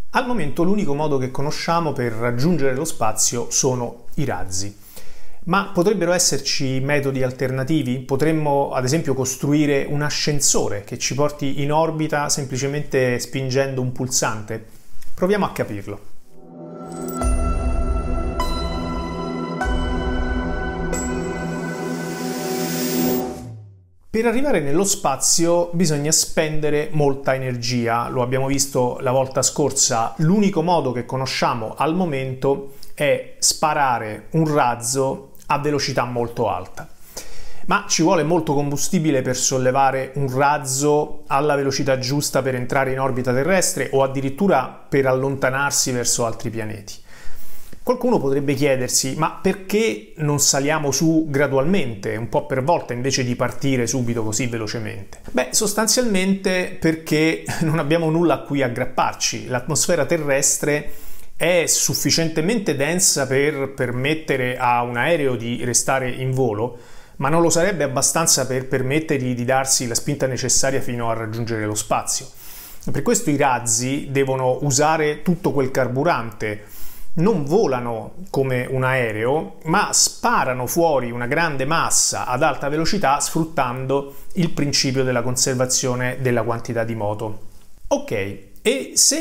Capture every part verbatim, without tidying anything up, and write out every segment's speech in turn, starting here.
Al momento l'unico modo che conosciamo per raggiungere lo spazio sono i razzi. Ma potrebbero esserci metodi alternativi? Potremmo ad esempio costruire un ascensore che ci porti in orbita semplicemente spingendo un pulsante? Proviamo a capirlo. Per arrivare nello spazio bisogna spendere molta energia, lo abbiamo visto la volta scorsa. L'unico modo che conosciamo al momento è sparare un razzo a velocità molto alta. Ma ci vuole molto combustibile per sollevare un razzo alla velocità giusta per entrare in orbita terrestre o addirittura per allontanarsi verso altri pianeti. Qualcuno potrebbe chiedersi, ma perché non saliamo su gradualmente, un po' per volta, invece di partire subito così velocemente? Beh, sostanzialmente perché non abbiamo nulla a cui aggrapparci. L'atmosfera terrestre è sufficientemente densa per permettere a un aereo di restare in volo, ma non lo sarebbe abbastanza per permettergli di darsi la spinta necessaria fino a raggiungere lo spazio. Per questo i razzi devono usare tutto quel carburante. Non volano come un aereo, ma sparano fuori una grande massa ad alta velocità sfruttando il principio della conservazione della quantità di moto. Ok, e se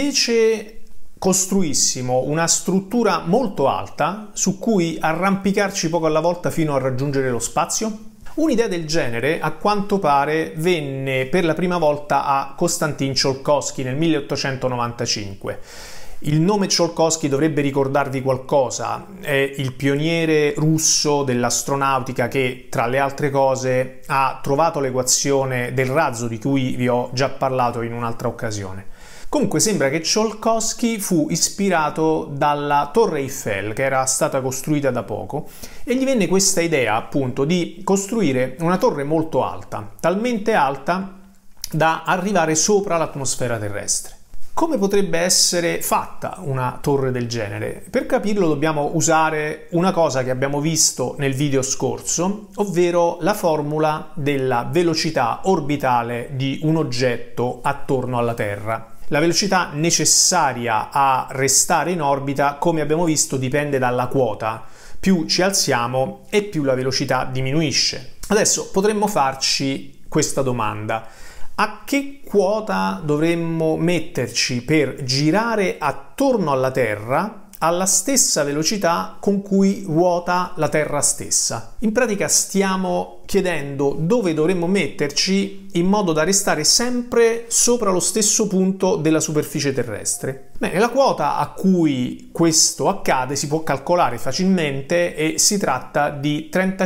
invece costruissimo una struttura molto alta su cui arrampicarci poco alla volta fino a raggiungere lo spazio? Un'idea del genere, a quanto pare, venne per la prima volta a Konstantin Tsiolkovskij nel milleottocentonovantacinque. Il nome Tsiolkovskij dovrebbe ricordarvi qualcosa, è il pioniere russo dell'astronautica che, tra le altre cose, ha trovato l'equazione del razzo di cui vi ho già parlato in un'altra occasione. Comunque sembra che Tsiolkovskij fu ispirato dalla Torre Eiffel, che era stata costruita da poco, e gli venne questa idea appunto di costruire una torre molto alta, talmente alta da arrivare sopra l'atmosfera terrestre. Come potrebbe essere fatta una torre del genere? Per capirlo dobbiamo usare una cosa che abbiamo visto nel video scorso, ovvero la formula della velocità orbitale di un oggetto attorno alla Terra. La velocità necessaria a restare in orbita, come abbiamo visto, dipende dalla quota. Più ci alziamo e più la velocità diminuisce. Adesso potremmo farci questa domanda. A che quota dovremmo metterci per girare attorno alla Terra alla stessa velocità con cui ruota la Terra stessa? In pratica stiamo chiedendo dove dovremmo metterci in modo da restare sempre sopra lo stesso punto della superficie terrestre. Bene, la quota a cui questo accade si può calcolare facilmente e si tratta di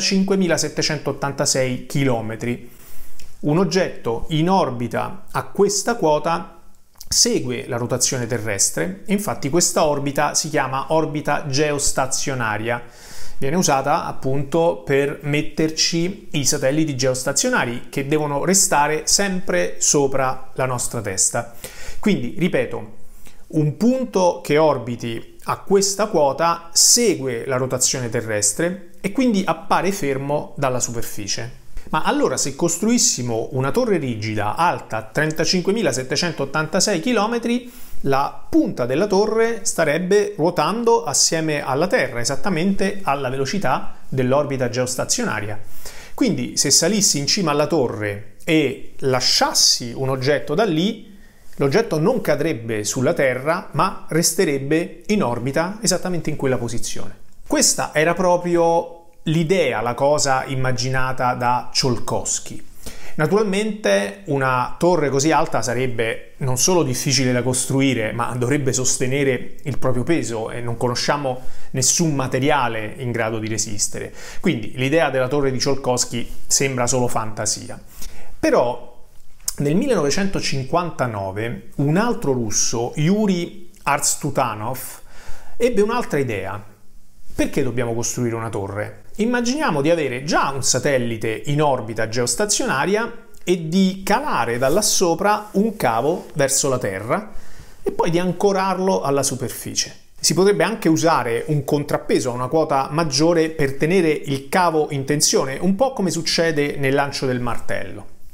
trentacinquemilasettecentottantasei chilometri. Un oggetto in orbita a questa quota segue la rotazione terrestre, infatti questa orbita si chiama orbita geostazionaria. Viene usata appunto per metterci i satelliti geostazionari che devono restare sempre sopra la nostra testa. Quindi, ripeto, un punto che orbiti a questa quota segue la rotazione terrestre e quindi appare fermo dalla superficie. Ma allora se costruissimo una torre rigida alta trentacinquemilasettecentottantasei chilometri, la punta della torre starebbe ruotando assieme alla Terra, esattamente alla velocità dell'orbita geostazionaria. Quindi se salissi in cima alla torre e lasciassi un oggetto da lì, l'oggetto non cadrebbe sulla Terra, ma resterebbe in orbita esattamente in quella posizione. Questa era proprio l'idea, la cosa immaginata da Tsiolkovskij. Naturalmente una torre così alta sarebbe non solo difficile da costruire, ma dovrebbe sostenere il proprio peso e non conosciamo nessun materiale in grado di resistere. Quindi l'idea della torre di Tsiolkovskij sembra solo fantasia. Però nel millenovecentocinquantanove un altro russo, Yuri Arstutanov, ebbe un'altra idea. Perché dobbiamo costruire una torre? Immaginiamo di avere già un satellite in orbita geostazionaria e di calare da là sopra un cavo verso la Terra e poi di ancorarlo alla superficie. Si potrebbe anche usare un contrappeso a una quota maggiore per tenere il cavo in tensione, un po' come succede nel lancio del martello.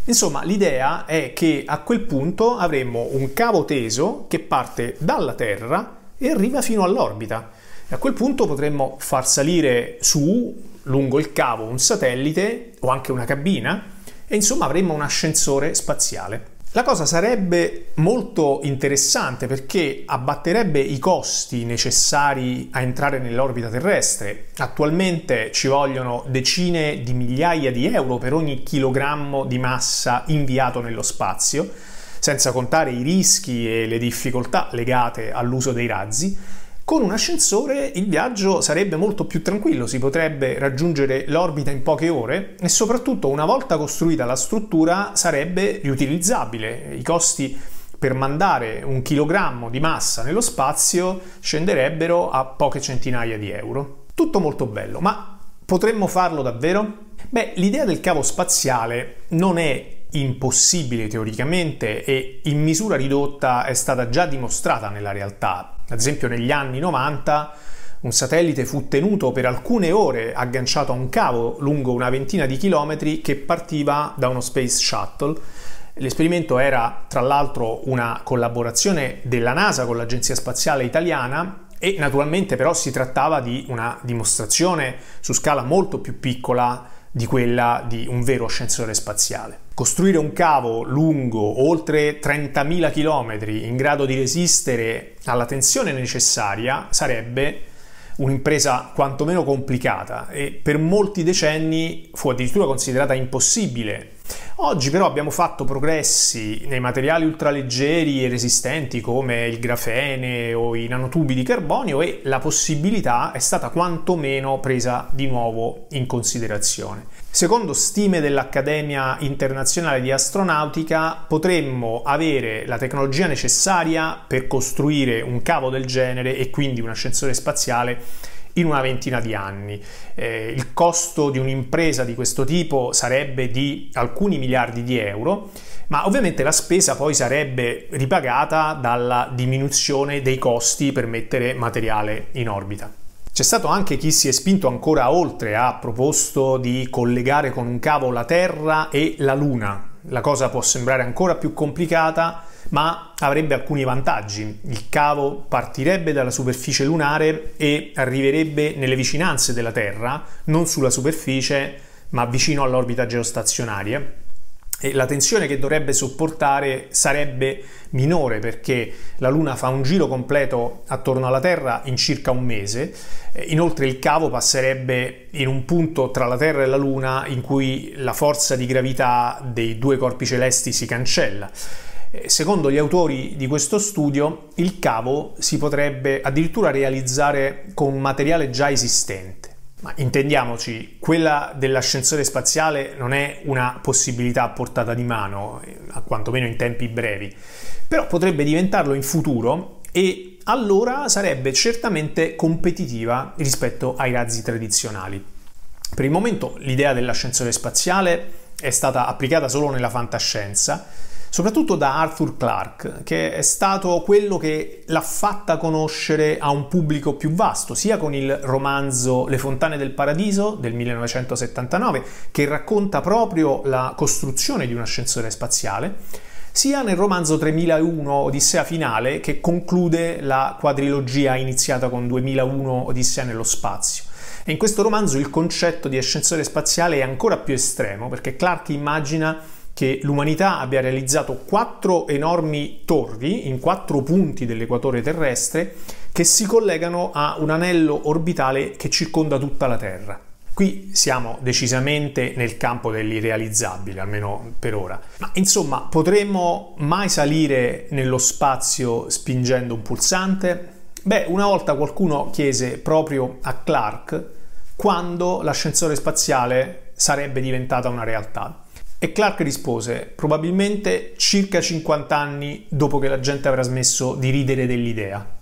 Insomma, l'idea è che a quel punto avremmo un cavo teso che parte dalla Terra e arriva fino all'orbita. E a quel punto potremmo far salire su, lungo il cavo, un satellite o anche una cabina e insomma avremmo un ascensore spaziale. La cosa sarebbe molto interessante perché abbatterebbe i costi necessari a entrare nell'orbita terrestre. Attualmente ci vogliono decine di migliaia di euro per ogni chilogrammo di massa inviato nello spazio, senza contare i rischi e le difficoltà legate all'uso dei razzi. Con un ascensore il viaggio sarebbe molto più tranquillo, si potrebbe raggiungere l'orbita in poche ore e soprattutto una volta costruita la struttura sarebbe riutilizzabile. I costi per mandare un chilogrammo di massa nello spazio scenderebbero a poche centinaia di euro. Tutto molto bello, ma potremmo farlo davvero? Beh, l'idea del cavo spaziale non è impossibile teoricamente e in misura ridotta è stata già dimostrata nella realtà. Ad esempio negli anni novanta un satellite fu tenuto per alcune ore agganciato a un cavo lungo una ventina di chilometri che partiva da uno Space Shuttle. L'esperimento era tra l'altro una collaborazione della NASA con l'Agenzia Spaziale Italiana e naturalmente però si trattava di una dimostrazione su scala molto più piccola di quella di un vero ascensore spaziale. Costruire un cavo lungo oltre trentamila chilometri in grado di resistere alla tensione necessaria sarebbe un'impresa quantomeno complicata e per molti decenni fu addirittura considerata impossibile. Oggi però abbiamo fatto progressi nei materiali ultraleggeri e resistenti come il grafene o i nanotubi di carbonio e la possibilità è stata quantomeno presa di nuovo in considerazione. Secondo stime dell'Accademia Internazionale di Astronautica potremmo avere la tecnologia necessaria per costruire un cavo del genere e quindi un ascensore spaziale in una ventina di anni. Eh, il costo di un'impresa di questo tipo sarebbe di alcuni miliardi di euro, ma ovviamente la spesa poi sarebbe ripagata dalla diminuzione dei costi per mettere materiale in orbita. C'è stato anche chi si è spinto ancora oltre, ha proposto di collegare con un cavo la Terra e la Luna. La cosa può sembrare ancora più complicata, ma avrebbe alcuni vantaggi. Il cavo partirebbe dalla superficie lunare e arriverebbe nelle vicinanze della Terra, non sulla superficie, ma vicino all'orbita geostazionaria. E la tensione che dovrebbe sopportare sarebbe minore perché la Luna fa un giro completo attorno alla Terra in circa un mese. Inoltre il cavo passerebbe in un punto tra la Terra e la Luna in cui la forza di gravità dei due corpi celesti si cancella. Secondo gli autori di questo studio, il cavo si potrebbe addirittura realizzare con un materiale già esistente. Ma intendiamoci, quella dell'ascensore spaziale non è una possibilità a portata di mano, a quantomeno in tempi brevi, però potrebbe diventarlo in futuro e allora sarebbe certamente competitiva rispetto ai razzi tradizionali. Per il momento l'idea dell'ascensore spaziale è stata applicata solo nella fantascienza, soprattutto da Arthur Clarke, che è stato quello che l'ha fatta conoscere a un pubblico più vasto, sia con il romanzo Le fontane del paradiso del millenovecentosettantanove, che racconta proprio la costruzione di un ascensore spaziale, sia nel romanzo tremilauno Odissea finale, che conclude la quadrilogia iniziata con duemilauno Odissea nello spazio. E in questo romanzo il concetto di ascensore spaziale è ancora più estremo, perché Clarke immagina che l'umanità abbia realizzato quattro enormi torri in quattro punti dell'equatore terrestre che si collegano a un anello orbitale che circonda tutta la Terra. Qui siamo decisamente nel campo dell'irrealizzabile, almeno per ora. Ma insomma, potremmo mai salire nello spazio spingendo un pulsante? Beh, una volta qualcuno chiese proprio a Clarke quando l'ascensore spaziale sarebbe diventata una realtà. E Clarke rispose: probabilmente circa cinquanta anni dopo che la gente avrà smesso di ridere dell'idea.